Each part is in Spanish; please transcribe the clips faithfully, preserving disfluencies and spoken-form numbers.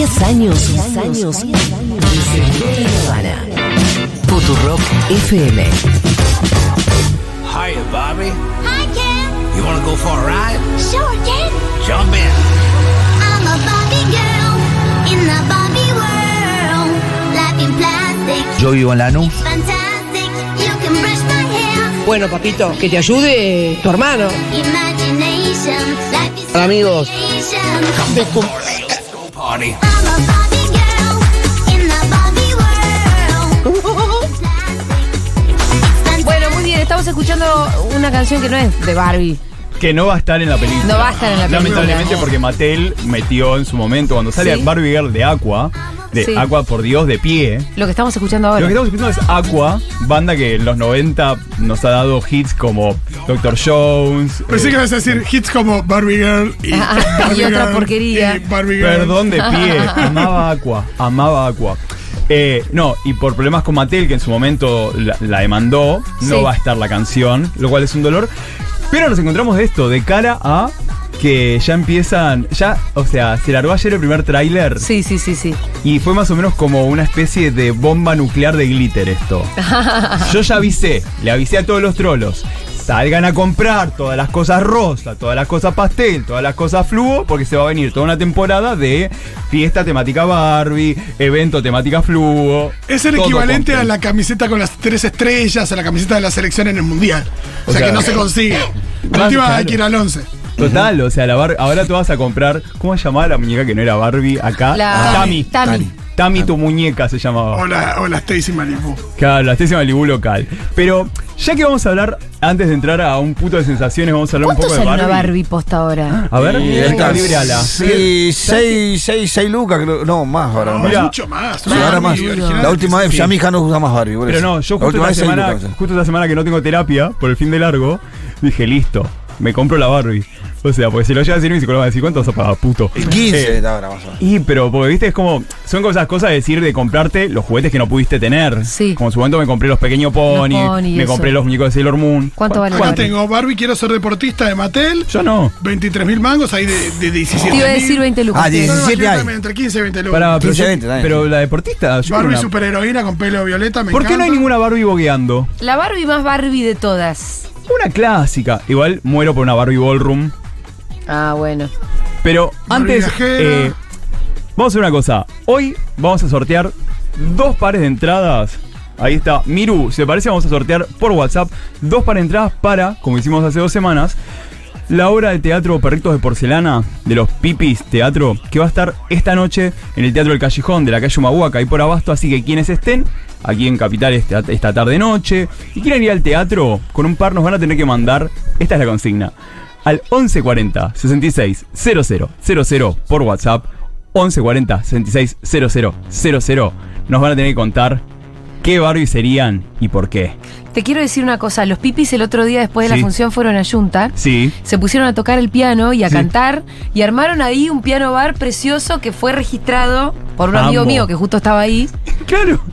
diez años. diez años. De Nirvana. Futurock F M. Hiya, Bobby. Hi, Ken. You wanna go for a ride? Sure, Ken. Jump in. I'm a Barbie girl in the Barbie world. Life in plastic. Yo vivo en Lanús. It's fantastic. You can brush my hair. Bueno, papito, que te ayude tu hermano. Imagination. Life is Hola, amigos. creation. Come on, party. Let's go party. I'm a Barbie girl in the Barbie world. Plastic. Bueno, muy bien, estamos escuchando una canción que no es de Barbie. Que no va a estar en la película. No va a estar en la película. Lamentablemente, porque Mattel metió en su momento, cuando sale Sí. Barbie Girl de Aqua, de Sí. Aqua por Dios, de pie. Lo que estamos escuchando ahora. Lo que estamos escuchando es Aqua, banda que en los noventa nos ha dado hits como Doctor Jones. Pensé eh, que ibas a decir hits como Barbie Girl y, Ah, Barbie y otra Girl porquería. y Barbie Girl. Perdón de pie, amaba Aqua, amaba Aqua. Eh, no, y por problemas con Mattel, que en su momento la, la demandó, no Sí. va a estar la canción, lo cual es un dolor. Pero nos encontramos de esto, de cara a que ya empiezan, ya, o sea, se largó ayer el primer tráiler Sí, sí, sí, sí. y fue más o menos como una especie de bomba nuclear de glitter esto. Yo ya avisé, le avisé a todos los trolos. Salgan a comprar todas las cosas rosa, todas las cosas pastel, todas las cosas fluo, porque se va a venir toda una temporada de fiesta temática Barbie, evento temática fluo. Es el todo equivalente compren. a la camiseta con las tres estrellas, a la camiseta de la selección en el mundial. O, O sea, sea, que no se consigue. La más última claro. hay que ir al once. Total, o sea, la Bar- ahora tú vas a comprar. ¿Cómo se llamaba la muñeca que no era Barbie acá? La- Tami. Tami. Tami, tu muñeca se llamaba. O la, o la Stacy Malibu. Claro, la Stacy Malibu local. Pero ya que vamos a hablar, antes de entrar a un puto de sensaciones, vamos a hablar un ¿Cuánto poco de sale Barbie. una Barbie posta ahora? A ver, Y Mercado está- Libre ala. Sí, seis, seis, seis lucas, creo. No, más ahora. No, más. Mira. mucho más. Sí, ahora más. Barbie original La última vez, Sí. ya mi hija no usa más Barbie. por Pero eso. no, yo La justo última esta vez seis semana, lucas. justo esta semana que no tengo terapia por el fin de largo, dije, listo, me compro la Barbie. O sea, porque si lo llega a decir mi psicólogo va a decir, ¿cuánto vas a pagar, puto? quince Eh, está ahora más o menos. Y, pero, porque viste, es como, son cosas, cosas de decir de comprarte los juguetes que no pudiste tener. Sí. Como en su momento me compré los pequeños pony, Los pony, me eso. compré los muñecos de Sailor Moon. ¿Cuánto vale Acá la Barbie? tengo Barbie, quiero ser deportista de Mattel. Yo no. veintitrés mil mangos, ahí de, de diecisiete Te iba a decir mil. veinte lucas. Ah, Sí. diecisiete. No, imagínate, hay. entre quince y veinte lucas. Para, pero, quince, yo- veinte, también. pero la deportista, yo Barbie quiero una- superheroína con pelo violeta, me ¿Por qué no hay encanta. ninguna Barbie bogueando? La Barbie más Barbie de todas. Una clásica. Igual muero por una Barbie Ballroom. Ah, bueno. Pero Barbie antes, viajera. eh, vamos a hacer una cosa. Hoy vamos a sortear dos pares de entradas. Ahí está. Miru, si te parece, vamos a sortear por WhatsApp dos pares de entradas para, como hicimos hace dos semanas, la obra de teatro Perritos de Porcelana, de los Pipis Teatro, que va a estar esta noche en el Teatro del Callejón de la calle Humahuaca, ahí por Abasto. Así que quienes estén aquí en Capital esta, esta tarde-noche y quieran ir al teatro con un par, nos van a tener que mandar, esta es la consigna, al once cuarenta, sesenta y seis, cero cero cero cero por WhatsApp. once cuarenta, sesenta y seis, cero cero cero cero. Nos van a tener que contar qué Barbie serían y por qué. Te quiero decir una cosa. Los Pipis el otro día después de Sí. la función fueron a Junta. Sí. Se pusieron a tocar el piano y a Sí. cantar y armaron ahí un piano bar precioso que fue registrado por un amigo Amo. mío que justo estaba ahí. Claro.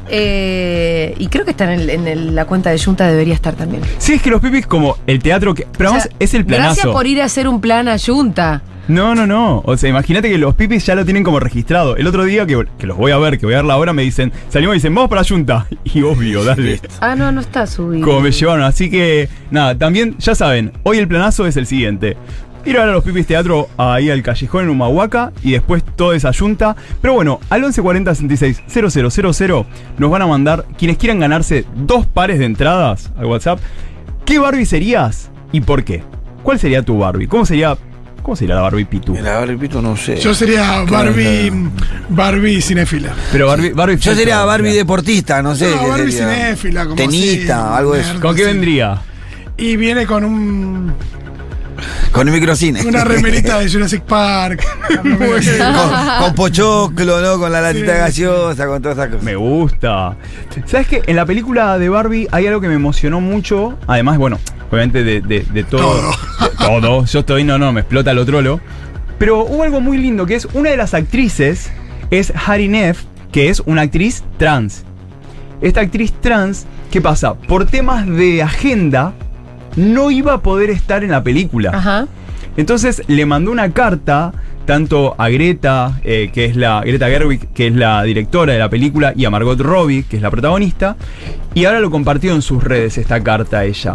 Eh, y creo que está en, el- en el- la cuenta de Junta, debería estar también. Sí, es que los Pipis como el teatro que... Pero O además sea, es el planazo. Gracias por ir a hacer un plan a Junta. No, no, no. O sea, imagínate que los Pipis ya lo tienen como registrado. El otro día que, que los voy a ver, que voy a ver la hora, me dicen, salimos y dicen, vamos para la Junta. Y obvio, dale. Ah, no, no está subido. Como me llevaron. Así que, nada, también, ya saben, hoy el planazo es el siguiente. Ir a ver a los Pipis Teatro ahí al Callejón en Humahuaca y después toda esa Junta. Pero bueno, al once cuarenta, sesenta y seis, cero cero cero cero nos van a mandar, quienes quieran ganarse dos pares de entradas al WhatsApp, ¿qué Barbie serías y por qué? ¿Cuál sería tu Barbie? ¿Cómo sería, cómo sería la Barbie Pitu? La Barbie Pito no sé. Yo sería Barbie, Barbie cinéfila. Pero Barbie, Barbie Yo sería Barbie deportista, no sé. No, qué Barbie sería. cinéfila, como Tenista, así, algo de eso. nerd. ¿Con qué Sí. vendría? Y viene con un Con el microcine. una remerita de Jurassic Park. con, con pochoclo, ¿no? Con la latita gaseosa, con todas esas cosas. Me gusta. ¿Sabes qué? En la película de Barbie hay algo que me emocionó mucho. Además, bueno, obviamente de, de, de todo. Todo. de todo. Yo estoy, no, no, me explota lo trolo. Pero hubo algo muy lindo que es una de las actrices es Hari Nef, que es una actriz trans. Esta actriz trans, ¿qué pasa? Por temas de agenda, no iba a poder estar en la película. Ajá. Entonces le mandó una carta tanto a Greta, eh, que es la Greta Gerwig, que es la directora de la película, y a Margot Robbie, que es la protagonista, y ahora lo compartió en sus redes esta carta a ella.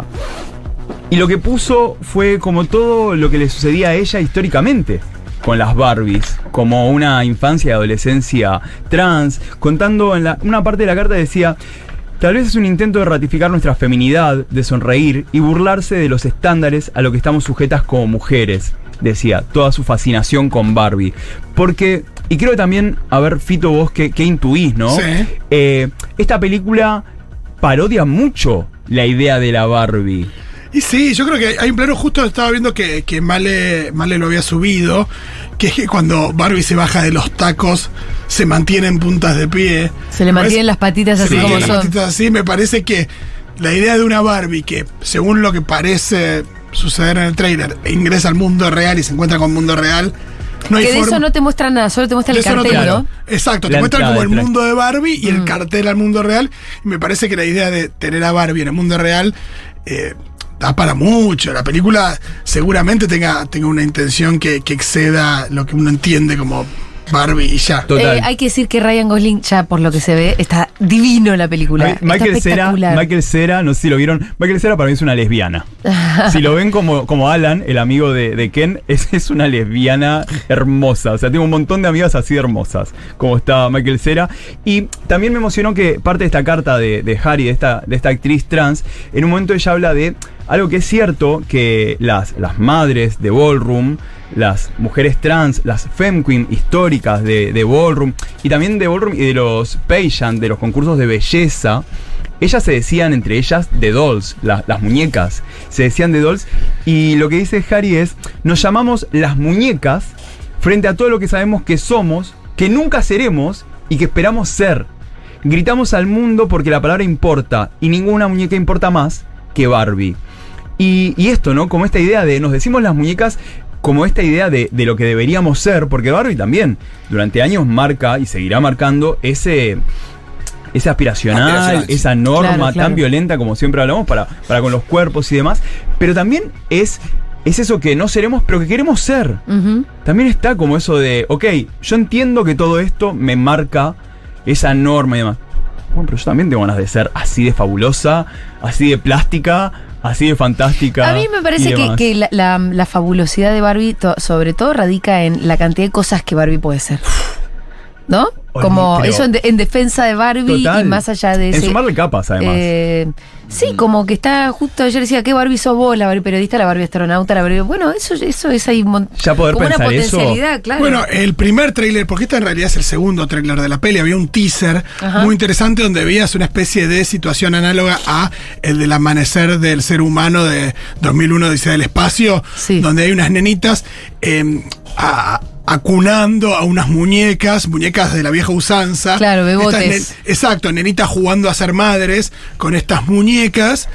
Y lo que puso fue como todo lo que le sucedía a ella históricamente con las Barbies, como una infancia y adolescencia trans, contando en la, una parte de la carta decía: tal vez es un intento de ratificar nuestra feminidad, de sonreír y burlarse de los estándares a los que estamos sujetas como mujeres, decía, toda su fascinación con Barbie. Porque, y creo que también, a ver, Fito, vos que, que intuís, ¿no? Sí. Eh, esta película parodia mucho la idea de la Barbie. Y sí, yo creo que hay un plano, justo estaba viendo que, que Male, Male lo había subido, que es que cuando Barbie se baja de los tacos, se mantiene en puntas de pie. Se le mantienen las patitas así Se como mantienen las son. patitas así. Me parece que la idea de una Barbie que, según lo que parece suceder en el trailer, ingresa al mundo real y se encuentra con el mundo real, no hay Que de forma- eso no te muestra nada, solo te muestra de el eso no cartel, te- ¿no? Exacto, La te muestran entrada, como el el traje. mundo de Barbie y Mm. el cartel al mundo real. Y me parece que la idea de tener a Barbie en el mundo real eh, da para mucho. La película seguramente tenga, tenga una intención que, que exceda lo que uno entiende como Barbie y ya. Total. Eh, hay que decir que Ryan Gosling, ya por lo que se ve, está divino en la película. Ma- Está Michael Cera, espectacular. Michael Cera, no sé si lo vieron. Michael Cera para mí es una lesbiana. Si lo ven como, como Alan, el amigo de, de Ken, es, es una lesbiana hermosa. O sea, tengo un montón de amigas así hermosas, como está Michael Cera. Y también me emocionó que parte de esta carta de, de Harry, de esta, de esta actriz trans, en un momento ella habla de algo que es cierto, que las, las madres de Ballroom, las mujeres trans, las femme queen históricas de, de Ballroom, y también de Ballroom y de los pageant, de los concursos de belleza, ellas se decían entre ellas de dolls, la- las muñecas, se decían de dolls, y lo que dice Harry es, nos llamamos las muñecas frente a todo lo que sabemos que somos, que nunca seremos y que esperamos ser. Gritamos al mundo porque la palabra importa, y ninguna muñeca importa más que Barbie. Y, y esto, ¿no? Como esta idea de, nos decimos las muñecas como esta idea de, de lo que deberíamos ser, porque Barbie también durante años marca y seguirá marcando ese, ese aspiracional, Aspiracional, sí. esa norma Claro, claro. tan violenta como siempre hablamos para, para con los cuerpos y demás, pero también es, es eso que no seremos, pero que queremos ser. Ujú. También está como eso de, ok, yo entiendo que todo esto me marca esa norma y demás. Bueno, pero yo también tengo ganas de ser así de fabulosa, así de plástica, así de fantástica. A mí me y parece que, demás. que la, la- la fabulosidad de Barbie, to- sobre todo, radica en la cantidad de cosas que Barbie puede ser. ¿No? Como pero- eso en, de- en defensa de Barbie Total. y más allá de En ese. sumarle capas, además. eh, sí, como que está justo ayer decía, ¿qué Barbie sos vos? La Barbie periodista, la Barbie astronauta, la Barbie. Bueno, eso, eso es ahí. mon- Ya poder como pensar una eso. potencialidad, claro. Bueno, el primer tráiler, porque este en realidad es el segundo tráiler de la peli, había un teaser Ajá. muy interesante donde veías una especie de situación análoga a el del amanecer del ser humano de dos mil uno Odisea del Espacio, Sí. donde hay unas nenitas eh, a- acunando a unas muñecas, muñecas de la vieja usanza. Claro, bebotes. Estas nen- exacto, nenitas jugando a ser madres con estas muñecas.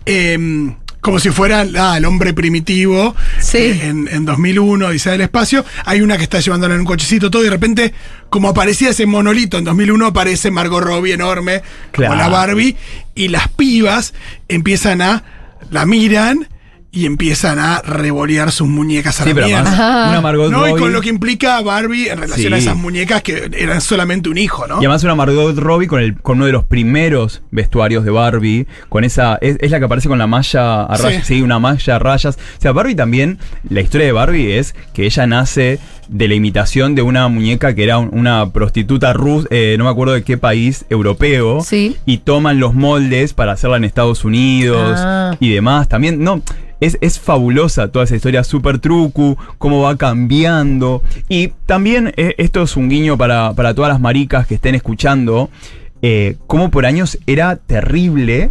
eh, como si fuera ah, el hombre primitivo Sí. eh, en, en dos mil uno, Odisea del Espacio. Hay una que está llevándola en un cochecito todo y de repente, como aparecía ese monolito en dos mil uno, aparece Margot Robbie enorme, Claro. como la Barbie, y las pibas empiezan a, la miran y empiezan a revolear sus muñecas a Sí, la pero mierda. además, una Margot No, y Robbie. con lo que implica Barbie en relación a Sí. esas muñecas que eran solamente un hijo, ¿no? Y además una Margot Robbie con, el, con uno de los primeros vestuarios de Barbie, con esa, es, es la que aparece con la malla a rayas, sí. Sí. una malla a rayas. O sea, Barbie también, la historia de Barbie es que ella nace de la imitación de una muñeca que era un- una prostituta rusa, eh, no me acuerdo de qué país, europeo, Sí. y toman los moldes para hacerla en Estados Unidos Ah. y demás. También, no... Es, es fabulosa toda esa historia, súper trucu, cómo va cambiando. Y también eh, esto es un guiño para, para todas las maricas que estén escuchando, eh, cómo por años era terrible,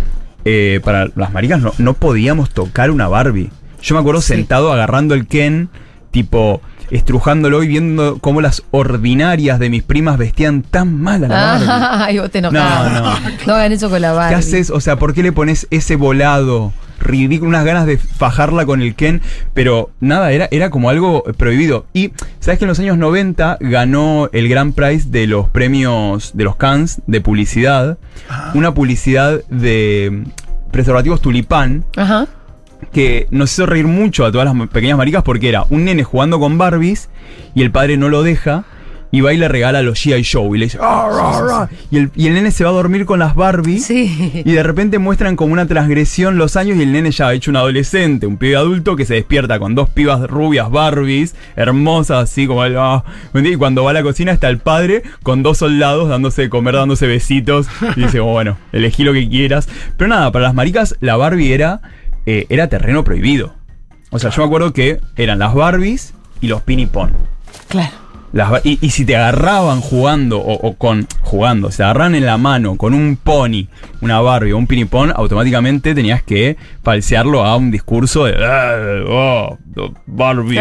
eh, para las maricas no, no podíamos tocar una Barbie. Yo me acuerdo Sí. sentado agarrando el Ken, tipo estrujándolo y viendo cómo las ordinarias de mis primas vestían tan mal a la Barbie. Ah, ay, vos te enojás. No, no. No hagan eso con la Barbie. ¿Qué haces? O sea, ¿por qué le pones ese volado? Ridículo, unas ganas de fajarla con el Ken, pero nada, era, era como algo prohibido. Y, ¿sabes que en los años noventa ganó el Grand Prize de los premios de los Cannes de publicidad? Una publicidad de preservativos Tulipán, Ajá. que nos hizo reír mucho a todas las pequeñas maricas porque era un nene jugando con Barbies y el padre no lo deja y va y le regala los G I Joe y le dice "Ah, ah, ah", y, el, y el nene se va a dormir con las Barbies Sí. y de repente muestran como una transgresión los años y el nene ya ha hecho un adolescente, un pibe adulto que se despierta con dos pibas rubias Barbies, hermosas así como el, ah, y cuando va a la cocina está el padre con dos soldados dándose de comer, dándose besitos y dice oh, bueno, elegí lo que quieras. Pero nada, para las maricas la Barbie era, eh, era terreno prohibido. O sea, yo me acuerdo que eran las Barbies y los pinipón. Claro. Las, y, y si te agarraban jugando o, o con jugando, se agarran en la mano con un pony, una Barbie o un pinipón, automáticamente tenías que falsearlo a un discurso de "Ah, oh, Barbie.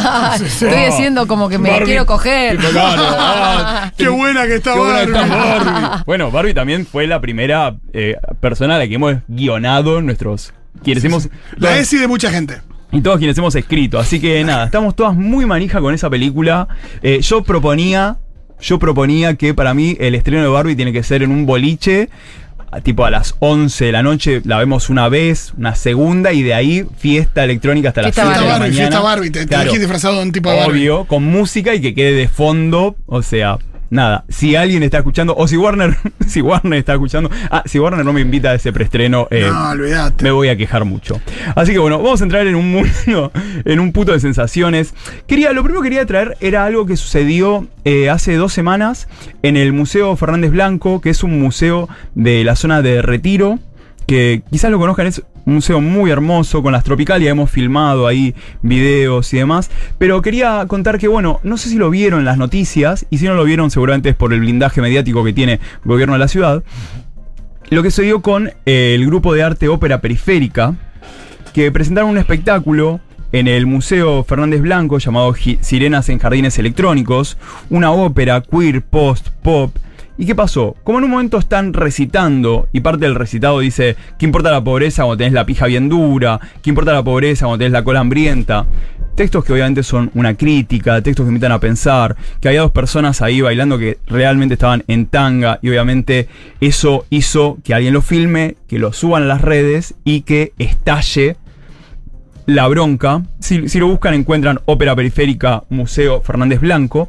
Estoy haciendo como que me la Barbie, quiero coger. tipo, claro, ah, Qué buena que está qué buena Barbie. está Barbie. Bueno, Barbie también fue la primera eh, persona a la que hemos guionado nuestros. Quienes hemos, La ESI de mucha gente. y todos quienes hemos escrito. Así que nada, estamos todas muy manija con esa película. Eh, yo proponía, yo proponía que para mí el estreno de Barbie tiene que ser en un boliche, a- tipo a las once de la noche, la vemos una vez, una segunda, y de ahí fiesta electrónica hasta las Fiesta siete de la Barbie, mañana. fiesta Barbie, te- te Claro, elegís disfrazado de un tipo de Barbie. obvio, con música y que quede de fondo, o sea... Nada, si alguien está escuchando, o si Warner, si Warner está escuchando, ah, si Warner no me invita a ese preestreno, eh, No, olvidate. me voy a quejar mucho. Así que bueno, vamos a entrar en un mundo, en un puto de sensaciones. Quería, lo primero que quería traer era algo que sucedió eh, hace dos semanas en el Museo Fernández Blanco, que es un museo de la zona de Retiro, que quizás lo conozcan, es un museo muy hermoso, con las Tropicalia hemos filmado ahí videos y demás, pero quería contar que, bueno, no sé si lo vieron en las noticias, y si no lo vieron seguramente es por el blindaje mediático que tiene el gobierno de la ciudad, lo que sucedió con eh, el grupo de arte Ópera Periférica, que presentaron un espectáculo en el Museo Fernández Blanco llamado Gi- Sirenas en Jardines Electrónicos, una ópera queer, post, pop. ¿Y qué pasó? Como en un momento están recitando, y parte del recitado dice, ¿qué importa la pobreza cuando tenés la pija bien dura? ¿Qué importa la pobreza cuando tenés la cola hambrienta? Textos que obviamente son una crítica, textos que invitan a pensar, que había dos personas ahí bailando que realmente estaban en tanga, y obviamente eso hizo que alguien lo filme, que lo suban a las redes y que estalle la bronca. Si, si lo buscan encuentran Ópera Periférica Museo Fernández Blanco.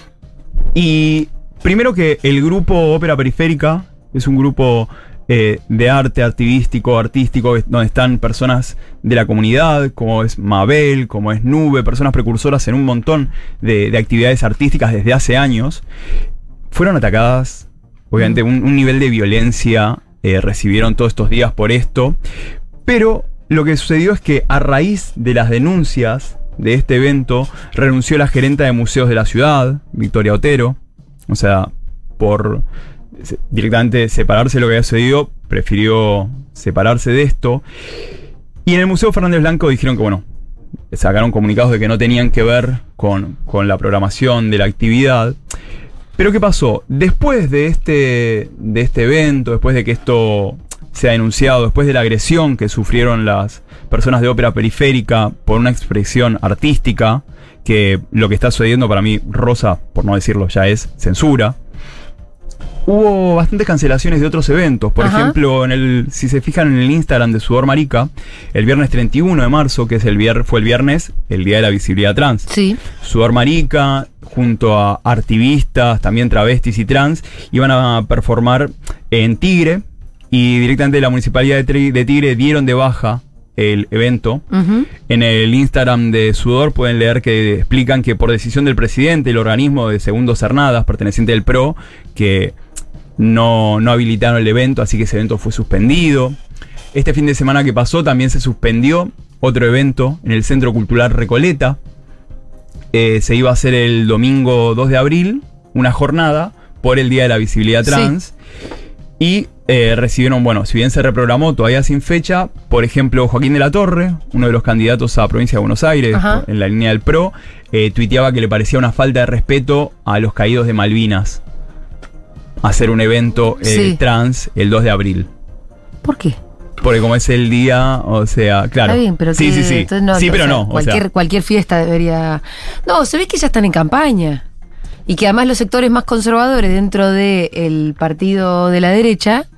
Y primero que el grupo Ópera Periférica es un grupo eh, de arte artivístico, artístico, donde están personas de la comunidad, como es Mabel, como es Nube, personas precursoras en un montón de, de actividades artísticas desde hace años. Fueron atacadas, obviamente un, un nivel de violencia eh, recibieron todos estos días por esto, pero lo que sucedió es que a raíz de las denuncias de este evento renunció la gerenta de museos de la ciudad, Victoria Otero. O sea, por se- directamente separarse de lo que había sucedido, prefirió separarse de esto. Y en el Museo Fernández Blanco dijeron que, bueno, sacaron comunicados de que no tenían que ver con, con la programación de la actividad. Pero ¿qué pasó? Después de este, de este evento, después de que esto se ha denunciado, después de la agresión que sufrieron las personas de Ópera Periférica por una expresión artística, que lo que está sucediendo para mí, rosa, por no decirlo, ya es censura. Hubo bastantes cancelaciones de otros eventos. Por Ajá. ejemplo, en el, si se fijan en el Instagram de Sudor Marica, el viernes treinta y uno de marzo, que es el vier, fue el viernes, el Día de la Visibilidad Trans. Sí. Sudor Marica, junto a activistas, también travestis y trans, iban a performar en Tigre, y directamente la Municipalidad de, Tri- de Tigre dieron de baja el evento. Ujú. En el Instagram de Sudor pueden leer que explican que por decisión del presidente, el organismo de Segundo Cernadas, perteneciente del P R O, que no, no habilitaron el evento, así que ese evento fue suspendido. Este fin de semana que pasó también se suspendió otro evento en el Centro Cultural Recoleta. Eh, se iba a hacer el domingo dos de abril, una jornada por el Día de la Visibilidad Trans. Y eh, recibieron, bueno, si bien se reprogramó todavía sin fecha, por ejemplo, Joaquín de la Torre, uno de los candidatos a Provincia de Buenos Aires, Ajá. en la línea del P R O, eh, tuiteaba que le parecía una falta de respeto a los caídos de Malvinas hacer un evento eh, Sí. trans el dos de abril. ¿Por qué? Porque como es el día, o sea, claro. Está bien, pero sí, que- sí, sí. entonces no, sí, o pero sea, no. o Cualquier, sea, cualquier fiesta debería. No, se ve que ya están en campaña. Y que además los sectores más conservadores dentro del partido de la derecha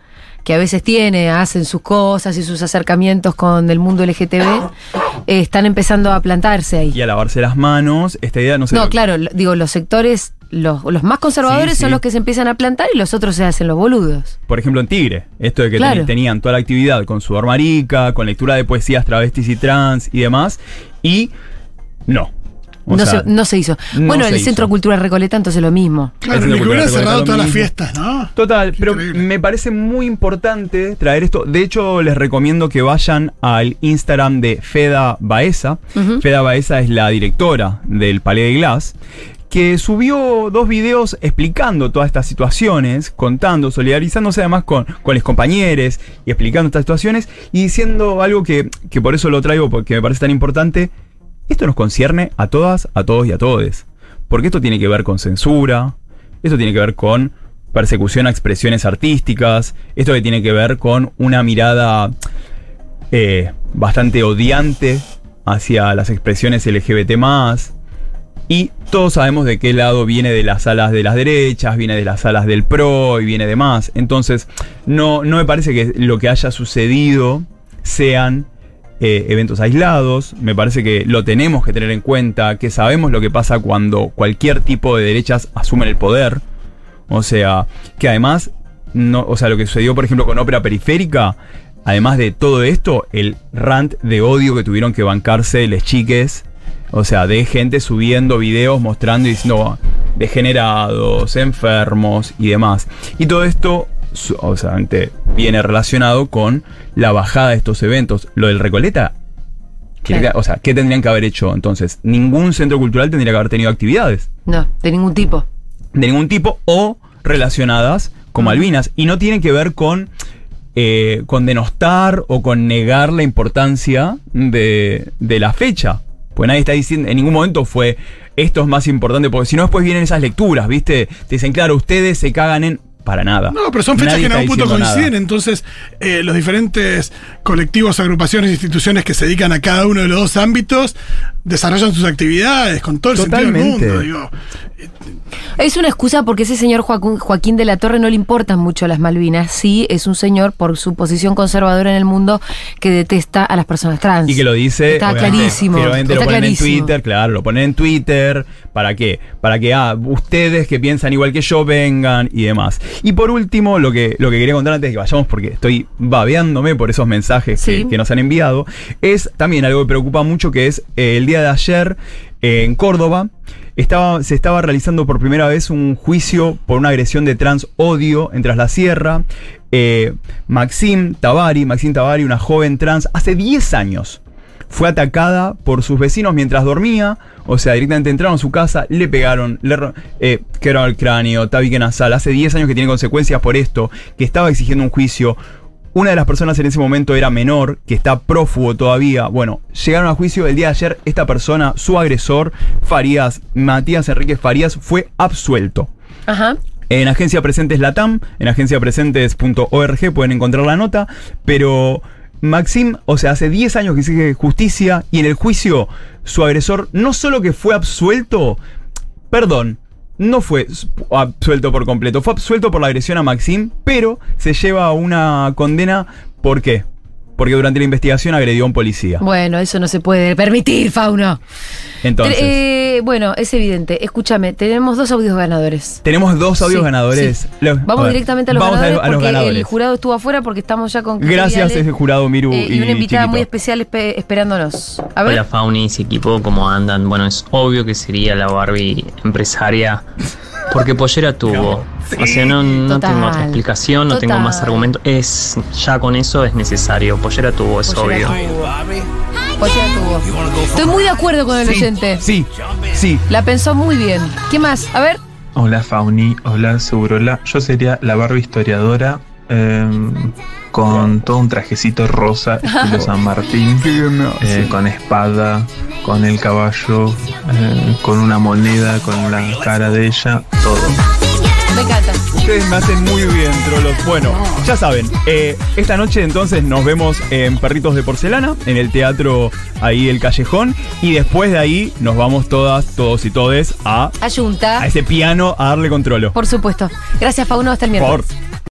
que a veces tiene, hacen sus cosas y sus acercamientos con el mundo L G T B, eh, están empezando a plantarse ahí. Y a lavarse las manos, esta idea no sé. No, lo- claro, lo- digo, los sectores, los, los más conservadores Sí, son sí. los que se empiezan a plantar y los otros se hacen los boludos. Por ejemplo, en Tigre, esto de que Claro. ten- tenían toda la actividad con sudor marica, con lectura de poesías travestis y trans y demás, y no. O No, sea, se, no se hizo. no Bueno, se el hizo. Centro Cultural Recoleta, entonces lo mismo. Claro, Ese ni es que lo hubiera que cerrado lo todas las mismo. fiestas, ¿no? Total, pero Increíble. me parece muy importante traer esto. De hecho, les recomiendo que vayan al Instagram de Feda Baeza. Ujú. Feda Baeza es la directora del Palais de Glass, que subió dos videos explicando todas estas situaciones, contando, solidarizándose además con, con los compañeros y explicando estas situaciones y diciendo algo que, que por eso lo traigo, porque me parece tan importante. Esto nos concierne a todas, a todos y a todes. Porque esto tiene que ver con censura, esto tiene que ver con persecución a expresiones artísticas, esto que tiene que ver con una mirada eh, bastante odiante hacia las expresiones L G B T más. Y todos sabemos de qué lado viene de las alas de las derechas, viene de las alas del pro y viene de más. Entonces, no, no me parece que lo que haya sucedido sean eh, eventos aislados. Me parece que lo tenemos que tener en cuenta, que sabemos lo que pasa cuando cualquier tipo de derechas asumen el poder. O sea, que además, no, o sea, lo que sucedió, por ejemplo, con Ópera Periférica, además de todo esto, el rant de odio que tuvieron que bancarse les chiques. O sea, de gente subiendo videos mostrando y diciendo degenerados, enfermos y demás. Y todo esto, su- o sea, ante- viene relacionado con la bajada de estos eventos. Lo del Recoleta, ¿qué- Claro. o sea, ¿qué tendrían que haber hecho? Entonces, ningún centro cultural tendría que haber tenido actividades No, de ningún tipo. de ningún tipo o relacionadas con Malvinas. Y no tienen que ver con, eh, con denostar o con negar la importancia de, de la fecha. Pues nadie está diciendo, en ningún momento fue esto es más importante, porque si no después vienen esas lecturas, ¿viste? Te dicen, claro, ustedes se cagan en... Para nada. No, pero son fechas Nadie que en está algún punto diciendo coinciden, nada. entonces eh, los diferentes colectivos, agrupaciones, instituciones que se dedican a cada uno de los dos ámbitos desarrollan sus actividades con todo el Totalmente. sentido del mundo. Digo, Es una excusa porque ese señor Joaquín, Joaquín de la Torre no le importan mucho las Malvinas. Sí, es un señor por su posición conservadora en el mundo que detesta a las personas trans. Y que lo dice. Está obviamente, clarísimo. que obviamente Está lo ponen clarísimo. en Twitter, claro, lo ponen en Twitter. ¿Para qué? Para que ah, ustedes que piensan igual que yo vengan y demás. Y por último, lo que, lo que quería contar antes de que vayamos, porque estoy babeándome por esos mensajes Sí. que, que nos han enviado, es también algo que preocupa mucho, que es eh, el día de ayer eh, en Córdoba. Estaba, se estaba realizando por primera vez un juicio por una agresión de trans odio en Tras la Sierra. Eh, Maxim Tavari, Maxim Tavari, una joven trans, hace diez años fue atacada por sus vecinos mientras dormía. O sea, directamente entraron a su casa, le pegaron, le ro- eh, quebraron el cráneo, tabique nasal. Hace diez años que tiene consecuencias por esto, que estaba exigiendo un juicio. Una de las personas en ese momento era menor, que está prófugo todavía. Bueno, llegaron a juicio el día de ayer. Esta persona, su agresor, Farías, Matías Enríquez Farías, fue absuelto. Ajá. En Agencia Presentes Latam, en agencia presentes punto org pueden encontrar la nota, pero Maxim, o sea, hace diez años que exige justicia y en el juicio su agresor no solo que fue absuelto, perdón, no fue absuelto por completo, fue absuelto por la agresión a Maxim, pero se lleva una condena, ¿por qué? Porque durante la investigación agredió a un policía. Bueno, eso no se puede permitir, Fauno. Entonces, Eh, bueno, es evidente. Escúchame, tenemos dos audios ganadores. tenemos dos audios Sí, ganadores. sí. Lo- Vamos ver, directamente a los vamos ganadores a, a los porque ganadores. el jurado estuvo afuera porque estamos ya con Gracias, Viale, ese jurado Miru eh, y y una invitada Chiquito. muy especial espe- esperándonos. A ver. Hola Faunis y equipo, ¿cómo andan? Bueno, es obvio que sería la Barbie empresaria porque Pollera tuvo. O sea, no, no Total. tengo otra explicación, no Total. tengo más argumentos. Es, ya con eso es necesario. Pollera tuvo, es Pollera obvio. tuvo. Pollera tuvo. Estoy muy de acuerdo con el Sí, oyente. Sí, sí. La pensó muy bien. ¿Qué más? A ver. Hola Fauni, hola Segurola. Yo sería la Barbie historiadora eh, con todo un trajecito rosa estilo San Martín, eh, con espada, con el caballo, eh, con una moneda, con la cara de ella, todo. Me encanta. Ustedes me hacen muy bien, trolos. Bueno, ya saben, eh, esta noche entonces nos vemos en Perritos de Porcelana, en el teatro ahí El Callejón, y después de ahí nos vamos todas, todos y todes a, Ayunta. a ese piano a darle controlo. Por supuesto. Gracias, Fauno. Hasta el miércoles. Por